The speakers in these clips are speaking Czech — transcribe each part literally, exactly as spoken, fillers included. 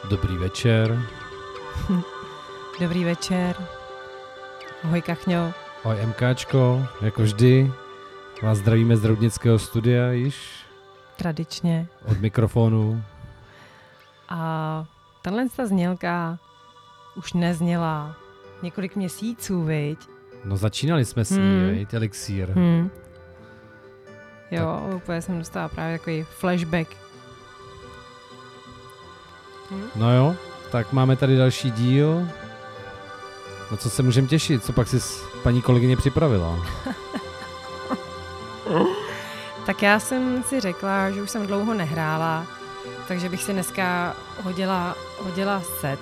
Dobrý večer. Dobrý večer. Ahoj Kachňo. Ahoj MKčko, jako vždy vás zdravíme z Roudnického studia již. Tradičně. Od mikrofonu. A tenhle ta znělka už nezněla několik měsíců, viď? No začínali jsme s ní, hmm. viď, Elixír. Hmm. Jo, tak. Úplně jsem dostala právě takový flashback. Hm? No jo, tak máme tady další díl. Na co se můžeme těšit? Co pak si paní kolegyně připravila? Tak já jsem si řekla, že už jsem dlouho nehrála, takže bych si dneska hodila, hodila set.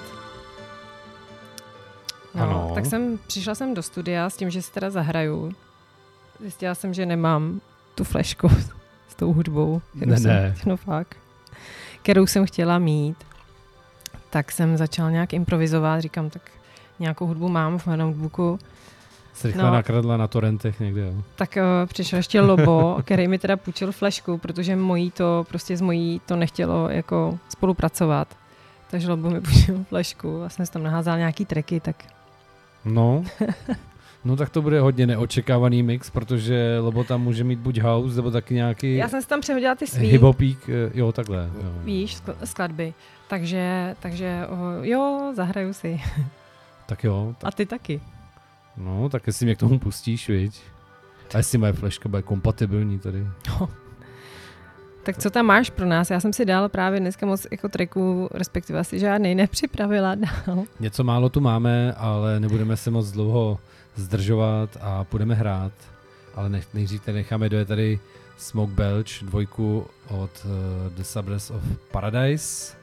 No, ano. Tak jsem, přišla jsem do studia s tím, že si teda zahraju. Zjistila jsem, že nemám tu flešku s tou hudbou, kterou, ne, jsem, ne. No fakt, kterou jsem chtěla mít. Tak jsem začala nějak improvizovat, říkám, tak nějakou hudbu mám v notebooku. Se rychle no, nakradla na torrentech někde, jo. Tak uh, přišel ještě Lobo, který mi teda půjčil flešku, protože mojí to, prostě z mojí to nechtělo jako spolupracovat. Takže Lobo mi půjčil flešku a jsem si tam naházal nějaký tracky, tak... No, no tak to bude hodně neočekávaný mix, protože Lobo tam může mít buď house, nebo taky nějaký... Já jsem si tam přehodila ty svý... Hip-hopík, jo, takhle. Jo. Víš, skladby. Takže, takže oh, jo, zahraju si. Tak jo. Tak... A ty taky. No, tak jestli mě k tomu pustíš, viď? A jestli moje fleška bude kompatibilní tady. No. Tak co tam máš pro nás? Já jsem si dala právě dneska moc jako tracků, respektive asi žádnej nepřipravila dál. Něco málo tu máme, ale nebudeme se moc dlouho zdržovat a půjdeme hrát. Ale nech, nejdřív tady necháme dojet tady Smoke Belch, dvojku od uh, The Suburbs of Paradise.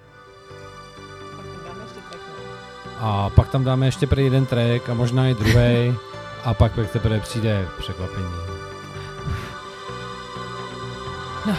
A pak tam dáme ještě prý jeden track a možná i druhý a pak pak teprve přijde překvapení. No.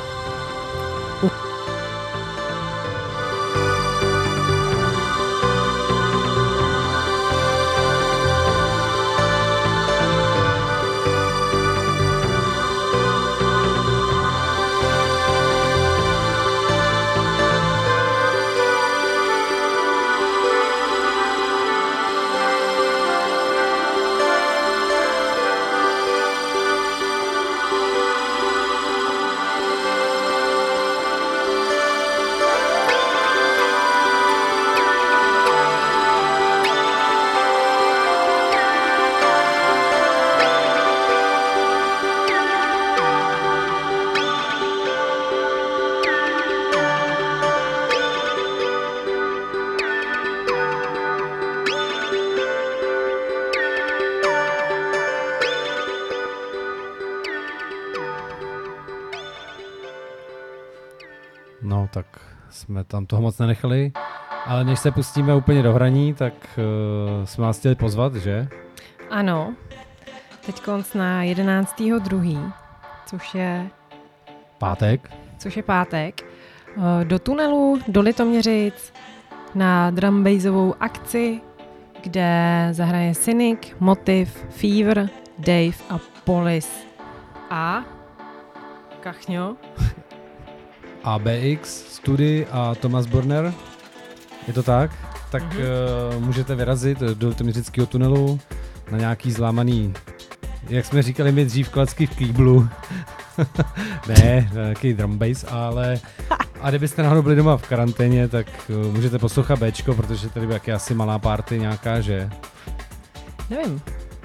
No, tak jsme tam toho moc nenechali, ale než se pustíme úplně do hraní, tak uh, jsme vás chtěli pozvat, že? Ano, teď konc na jedenáctého druhého což je... Pátek. Což je pátek. Do tunelu, do Litoměřic, na drumbassovou akci, kde zahraje Cynic, Motiv, Fever, Dave a Polis. A... Kachňo? A B X, Studi a Thomas Burner. Je to tak? Tak mm-hmm. uh, můžete vyrazit do Litoměřického tunelu na nějaký zlámaný, jak jsme říkali my dřív, klacky v kýblu. Ne, nějaký drum bass, ale a kdybyste náhodou byli doma v karanténě, tak uh, můžete poslouchat Bčko, protože tady bude jaké asi malá party nějaká, že? Nevím.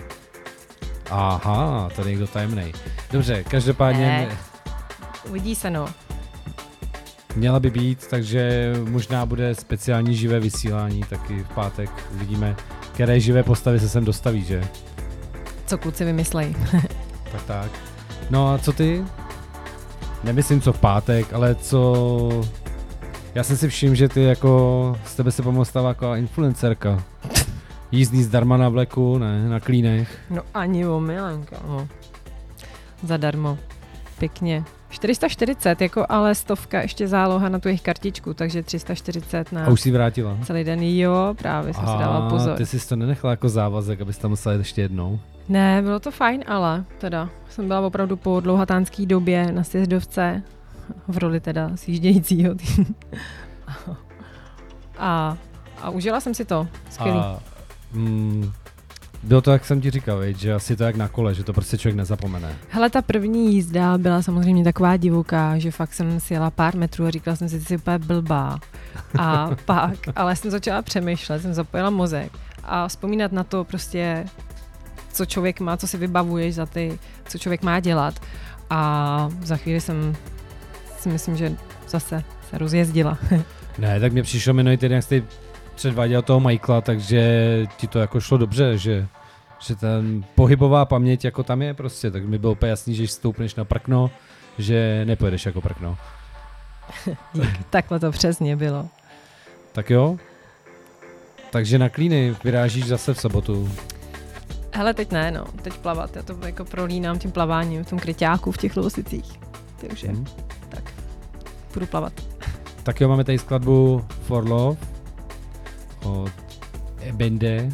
Aha, tady někdo tajemnej. Dobře, každopádně... Ne. Uvidí se, no. Měla by být, takže možná bude speciální živé vysílání taky v pátek. Uvidíme, které živé postavy se sem dostaví, že? Co kluci vymyslej. Tak tak. No a co ty? Nemyslím co v pátek, ale co... Já jsem si všiml, že ty jako z tebe se pomoct stává jako influencerka. Jízdní zdarma na vleku, ne, na klínech. No ani o milenka, no. Zadarmo. Pěkně. čtyři sta čtyřicet, jako ale stovka ještě záloha na tu jejich kartičku, takže tři sta čtyřicet na... A už si vrátila? Celý den, jo, právě jsem si dala pozor. A ty jsi to nenechala jako závazek, abys tam musela jít ještě jednou? Ne, bylo to fajn, ale teda jsem byla opravdu po dlouhatánské době na sjezdovce v roli teda sjíždějícího. A, a užila jsem si to. Skvělý. A, mm, bylo to, jak jsem ti říkal, viď, že asi to jak na kole, že to prostě člověk nezapomene. Hele, ta první jízda byla samozřejmě taková divoká, že fakt jsem si jela pár metrů a říkala jsem si, ty jsi úplně blbá. A pak, ale jsem začala přemýšlet, jsem zapojila mozek a vzpomínat na to prostě, co člověk má, co si vybavuješ za ty, co člověk má dělat. A za chvíli jsem si myslím, že zase se rozjezdila. Ne, tak mě přišlo minulý týden, jak jsi předváděl toho Michaela, takže ti to jako šlo dobře, že, že ten pohybová paměť jako tam je prostě, tak mi bylo úplně jasný, že když stoupneš na prkno, že nepojedeš jako prkno. Takhle to přesně bylo. Tak jo, takže na Klíny vyrážíš zase v sobotu. Hele, teď ne, no, teď plavat, já to jako prolínám tím plaváním v tom kryťáku v těch Lovosicích, takže hmm. tak, budu plavat. Tak jo, máme tady skladbu For Love od Ebende.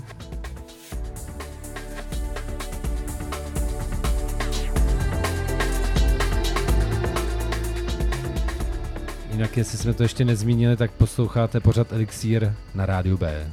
Jinak, jestli jsme to ještě nezmínili, tak posloucháte pořad Elixír na Rádiu B.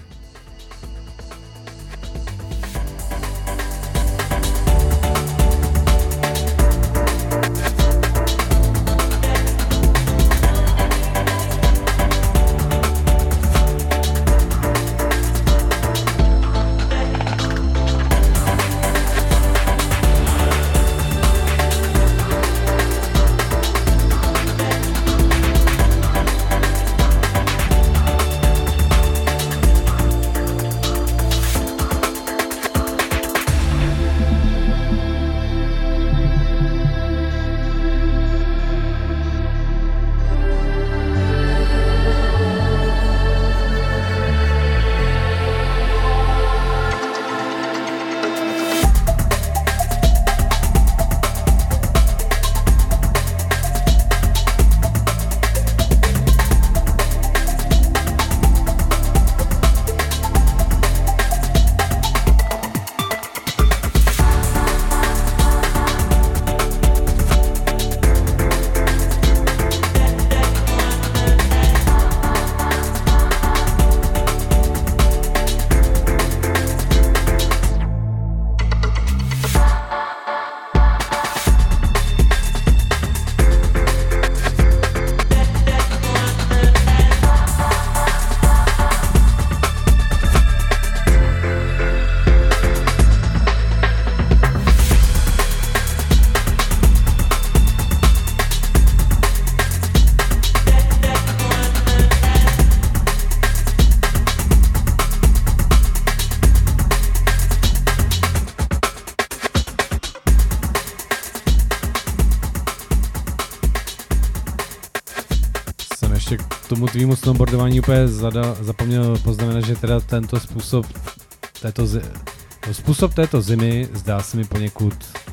Tomu tvýmu snowboardování úplně zada, zapomněl poznamenat, že teda tento způsob této, zi, způsob této zimy zdá se mi poněkud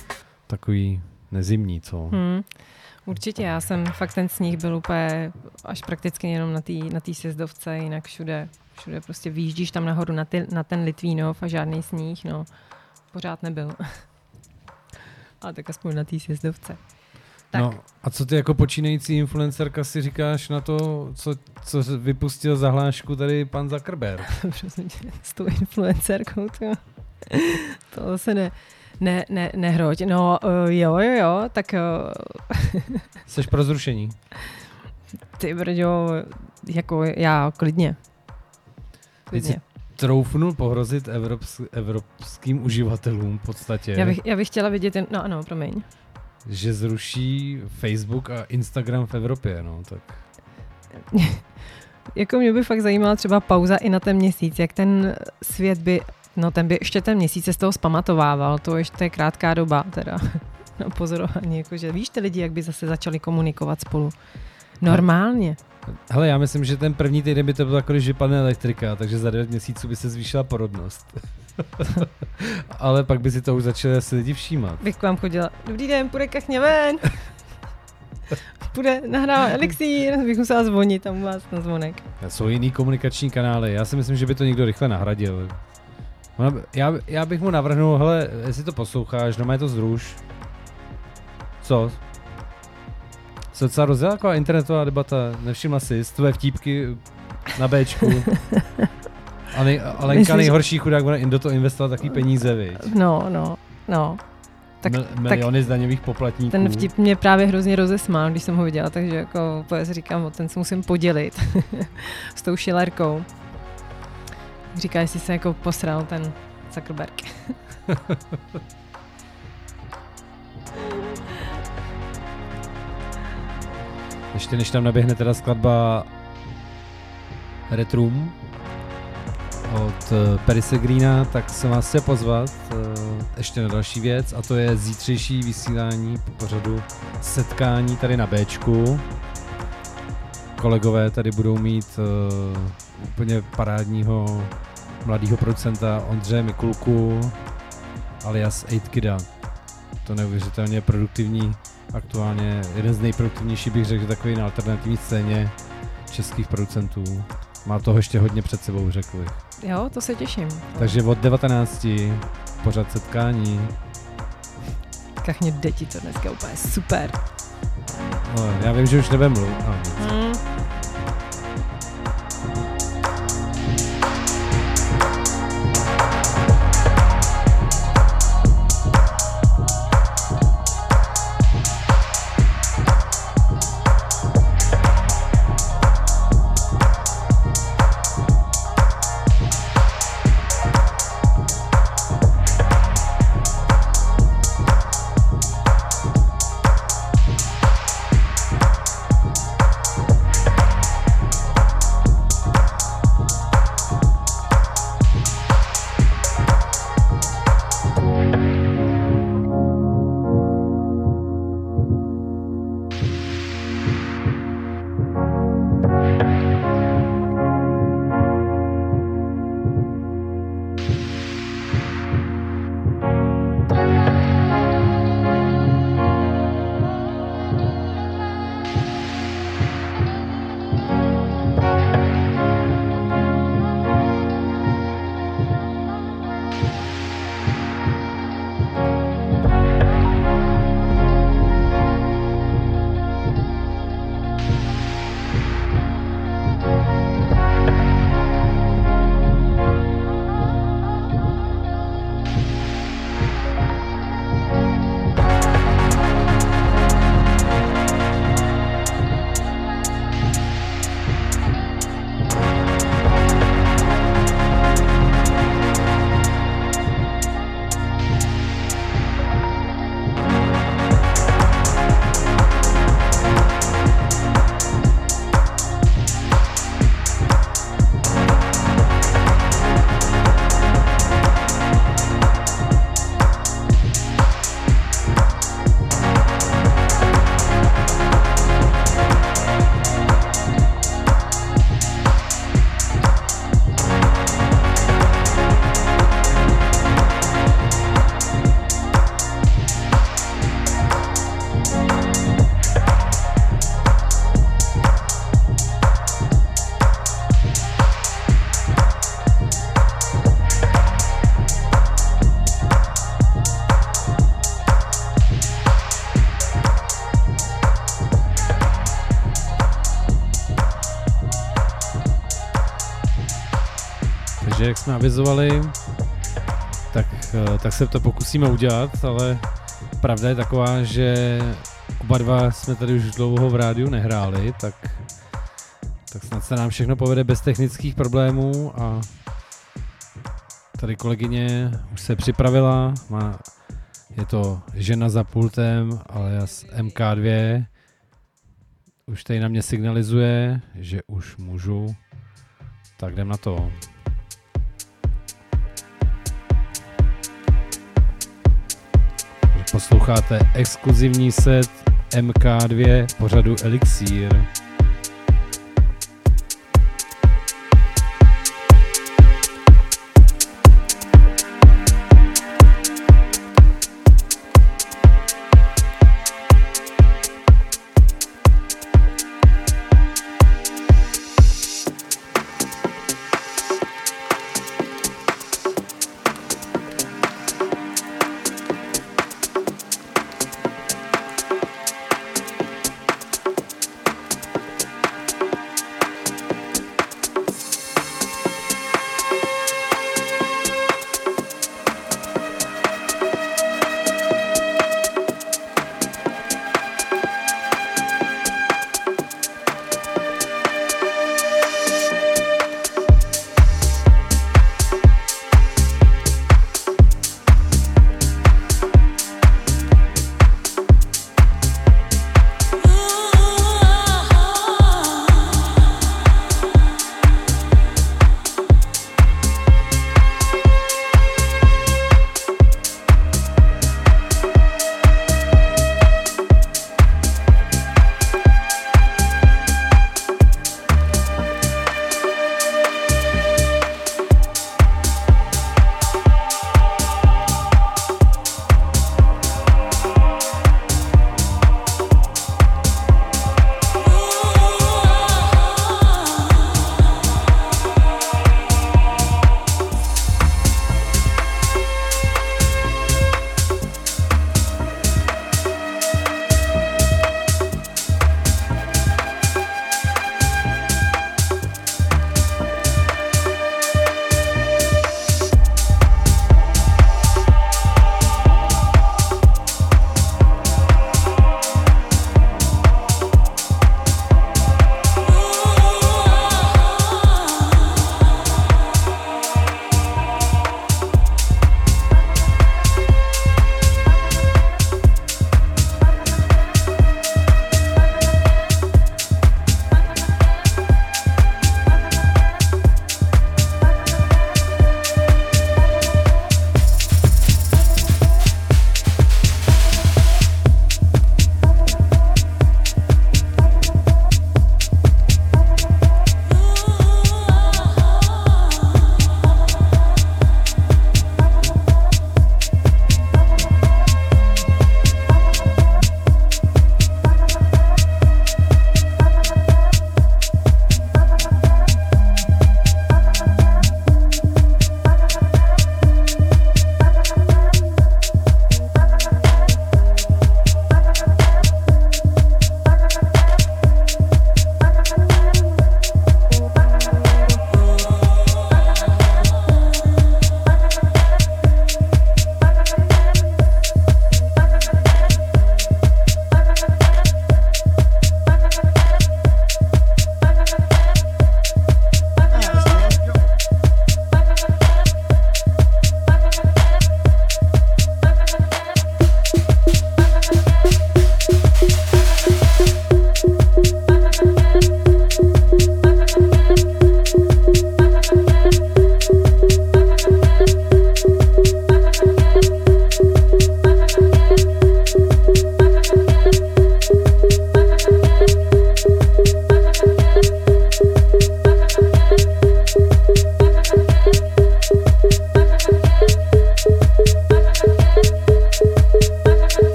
takový nezimní, co? Hmm, určitě, já jsem fakt ten sníh byl úplně až prakticky jenom na té na té sjezdovce, jinak všude, všude prostě vyjíždíš tam nahoru na, ty, na ten Litvínov a žádný sníh, no, pořád nebyl. Ale tak aspoň na té sjezdovce. Tak. No a co ty jako počínající influencerka si říkáš na to, co, co vypustil za hlášku tady pan Zuckerberg? Prosím tě, s tou influencerkou, to, to se ne, ne, ne, nehroď. No uh, jo, jo, jo, tak... Uh, Jseš pro zrušení? Ty brďo, jako já klidně. klidně. Troufnul pohrozit evropsk, evropským uživatelům v podstatě. Já bych, já bych chtěla vidět, jen, no ano, promiň. Že zruší Facebook a Instagram v Evropě, no tak. Jako mě by fakt zajímala třeba pauza i na ten měsíc, jak ten svět by, no ten by ještě ten měsíc se z toho zpamatovával, to ještě je krátká doba teda na pozorování, jakože víš ty lidi, jak by zase začali komunikovat spolu normálně. Hele, já myslím, že ten první týden by to bylo jako, když vypadne elektrika, takže za devět měsíců by se zvýšila porodnost. Ale pak by si to už začali asi lidi všímat. Bych k vám chodila, dobrý den, půjde kachně ven. Půjde nahrávat elixír, bych musela zvonit tam u vás na zvonek. Jsou jiný komunikační kanály, já si myslím, že by to někdo rychle nahradil. Já, já bych mu navrhnul, hele, jestli to posloucháš, no má to zruš. Co? Se docela rozjela taková internetová debata, nevšimla si, z tvoje vtípky na Bčku. A, nej, a Lenka Myslíš, nejhorší chudák, ona do toho investovala taky peníze, viď? No, no, no. Tak, Mil, miliony tak z daňových poplatníků. Ten vtip mě právě hrozně rozesmál, když jsem ho viděla, takže jako si říkám, o ten se musím podělit s tou Schillerkou. Říká, jestli se jako posral ten Zuckerberg. Ještě než tam naběhne teda skladba Red Room od Parise Greena, tak jsem vás chtěl pozvat uh, ještě na další věc, a to je zítřejší vysílání po pořadu setkání tady na Bčku. Kolegové tady budou mít uh, úplně parádního mladého producenta Ondřeje Mikulku alias osm Kida. To neuvěřitelně produktivní, aktuálně jeden z nejproduktivnějších, bych řekl, takový na alternativní scéně českých producentů. Má toho ještě hodně před sebou, řekl bych. Jo, to se těším. Takže od devatenácti pořad setkání. Kachně děti, to dneska úplně super. No, já vím, že už nebudem mluvit. Hmm. Takže jak jsme avizovali, tak, tak se to pokusíme udělat, ale pravda je taková, že oba dva jsme tady už dlouho v rádiu nehráli, tak, tak snad se nám všechno povede bez technických problémů a tady kolegyně už se připravila, má, je to žena za pultem, alias M K dva, už tady na mě signalizuje, že už můžu, tak jdem na to. Posloucháte exkluzivní set M K dva pořadu Elixír.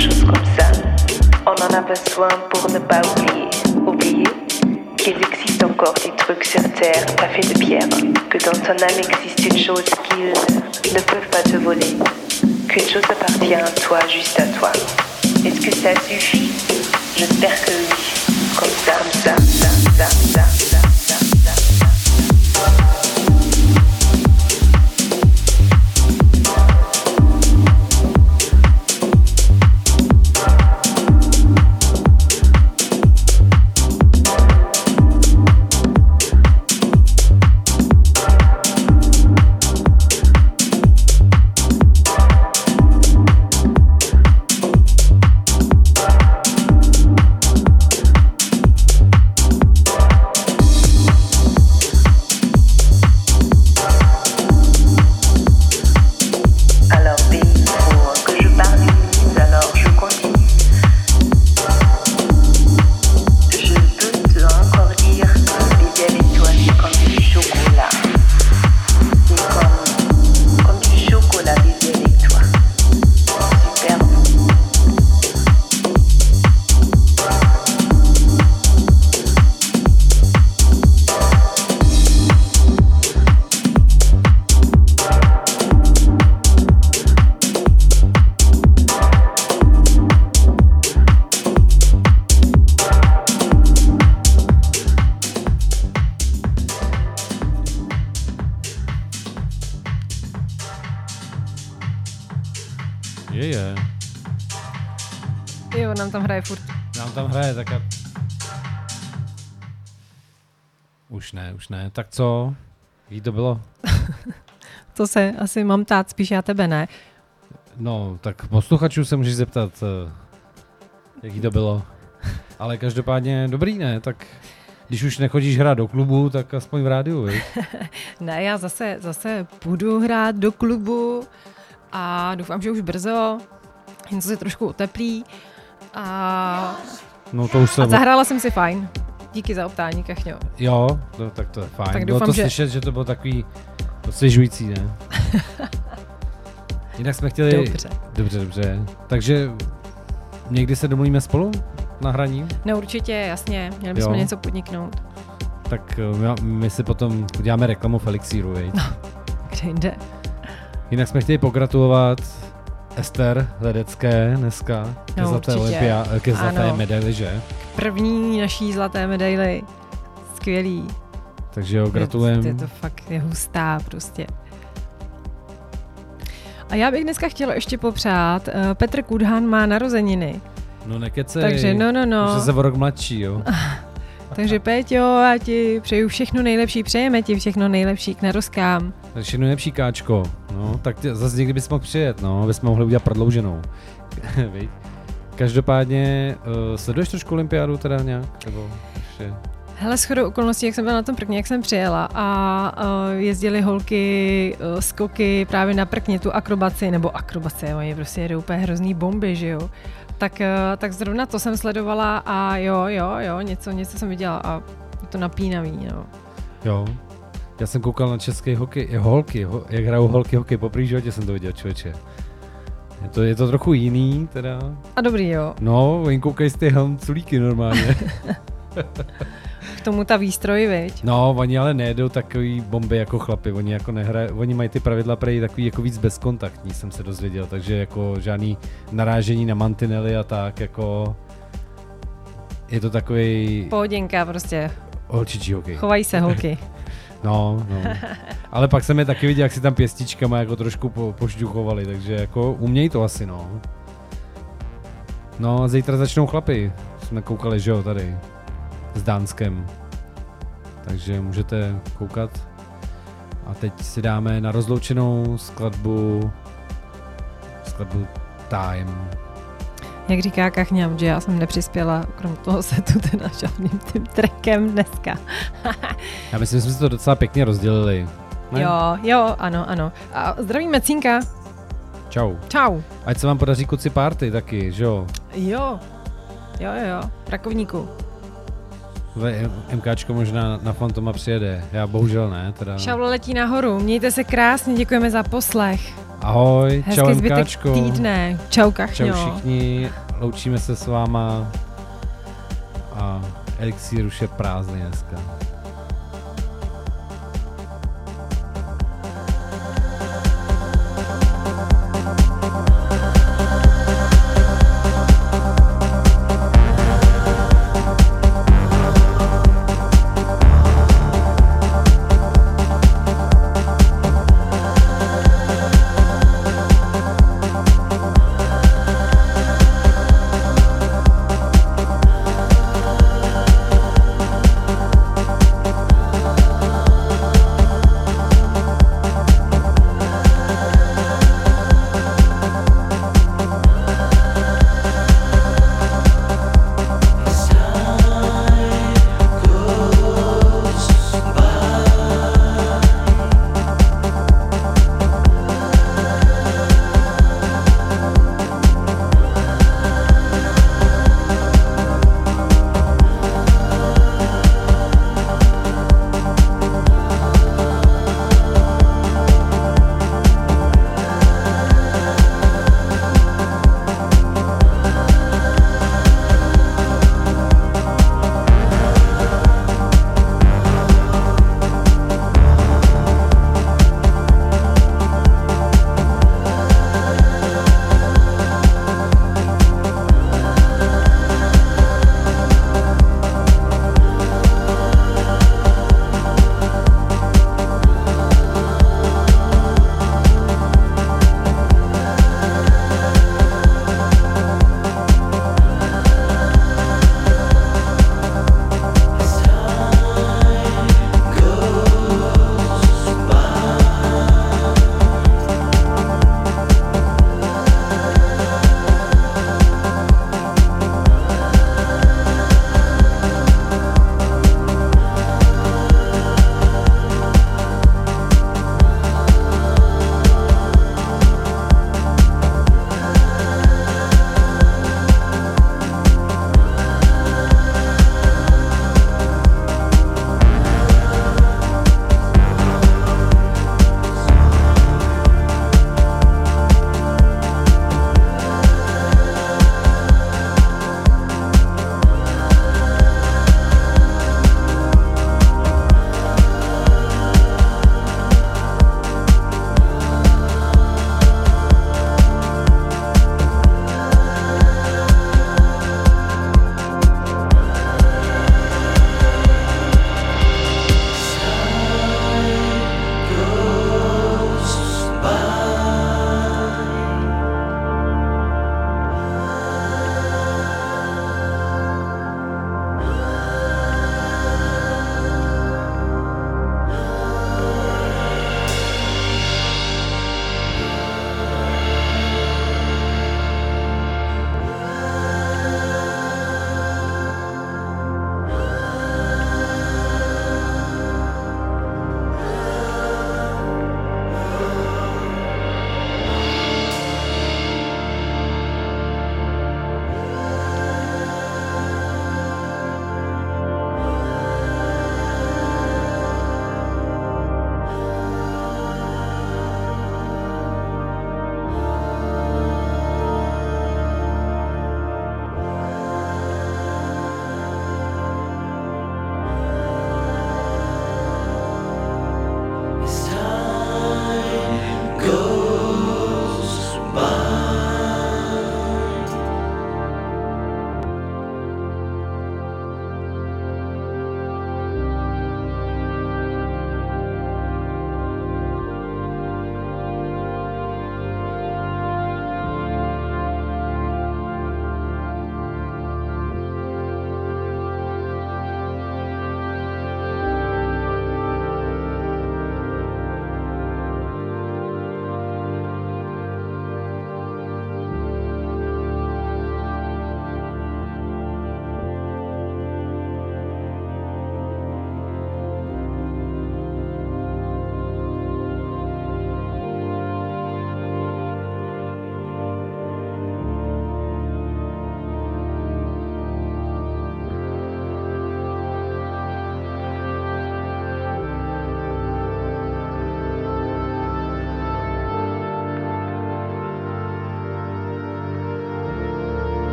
quelque chose comme ça. On en a besoin pour ne pas oublier. Oublier qu'il existe encore des trucs sur Terre pas faits de pierre. Que dans ton âme existe une chose qu'ils ne peuvent pas te voler. Qu'une chose appartient à toi, juste à toi. Est-ce que ça suffit? J'espère que oui. Comme ça, comme ça, ça, ça, ça, ça, ça, ça. Je je. Jo, nám tam hraje furt. Nám tam hraje, tak a... Už ne, už ne. Tak co? Jí to bylo? To se asi mám tát, spíš já tebe ne. No, tak posluchačů se můžeš zeptat, jaký to bylo. Ale každopádně dobrý, ne? Tak když už nechodíš hrát do klubu, tak aspoň v rádiu, viď? Ne, já zase, zase půjdu hrát do klubu a doufám, že už brzo. Něco se trošku uteplí. A, no to už a zahrála jsem si fajn. Díky za optání, Kachňo. Jo, to, tak to je fajn. Tak bylo doufám, to že... slyšet, že to bylo takový osvěžující, ne? Jinak jsme chtěli... Dobře. Dobře, dobře. Takže někdy se domluvíme spolu na hraní? No určitě, jasně. Měli bychom jo. něco podniknout. Tak my si potom uděláme reklamu v Elixíru, viď? No, kde jde. Jinak jsme chtěli pogratulovat Ester Ledecké dneska ke no, zlaté, olympia, ke zlaté medaili, že? První naší zlaté medaili. Skvělý. Takže jo, gratulujem. Je to, je to fakt je hustá prostě. A já bych dneska chtěla ještě popřát, uh, Petr Kudhan má narozeniny. No nekecej. Takže no, no, no. Už se o rok mladší, jo. Takže Péťo, já ti přeju všechno nejlepší, přejeme ti všechno nejlepší k narozkám. Všechno nejlepší, Káčko. No, tak tě, zase někdy bys mohl přijet, no, bychom mohli udělat prodlouženou. Každopádně, uh, sleduješ trošku olympiádu teda nějak? Nebo ještě... Hele, shodou okolností, jak jsem byla na tom prkně, jak jsem přijela a uh, jezdily holky, uh, skoky právě na prkně, tu akrobaci, nebo akrobaci, oni prostě jedou úplně hrozný bomby, že jo. Tak, uh, tak zrovna to jsem sledovala a jo, jo, jo, něco, něco jsem viděla a je to napínavý, no. Jo, já jsem koukal na český hokej, je, holky, ho, jak hrajou holky hokej, po první životě jsem to viděl, člověče. Je to, je to trochu jiný, teda. A dobrý, jo. No, oni koukají z ty helmculíky normálně. K tomu ta výstroj, viď? No, oni ale nejedou takový bomby jako chlapi, oni jako nehrají, oni mají ty pravidla prej takový jako víc bezkontaktní, jsem se dozvěděl, takže jako žádný narážení na mantinely a tak, jako je to takový... Pohodinka prostě. Holčičí hokej. Chovají se holky. No, no. Ale pak jsem je taky viděl, jak si tam pěstičkama jako trošku po, pošťuchovali, takže jako umějí to asi, no. No, zítra začnou chlapi, jsme koukali, že jo, tady. S Dánskem. Takže můžete koukat. A teď si dáme na rozloučenou skladbu skladbu Time. Jak říká Kachňa, že já jsem nepřispěla krom toho setu teda žádným tím trackem dneska. Já myslím, že jsme si to docela pěkně rozdělili. Ne? Jo, jo, ano, ano. A zdravíme Cínka. Čau. Čau. Ať se vám podaří kuci party taky, že jo? Jo, jo, jo, jo. Rakovníku. MKčko možná na Fantoma přijede, já bohužel ne. Teda. Šaula letí nahoru, mějte se krásně, děkujeme za poslech. Ahoj, hezký čau zbytek MKčko. týdne, čau Kachňo. Čau všichni, loučíme se s váma a Elixír už je prázdný dneska.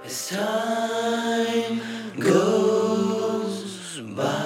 As time goes by.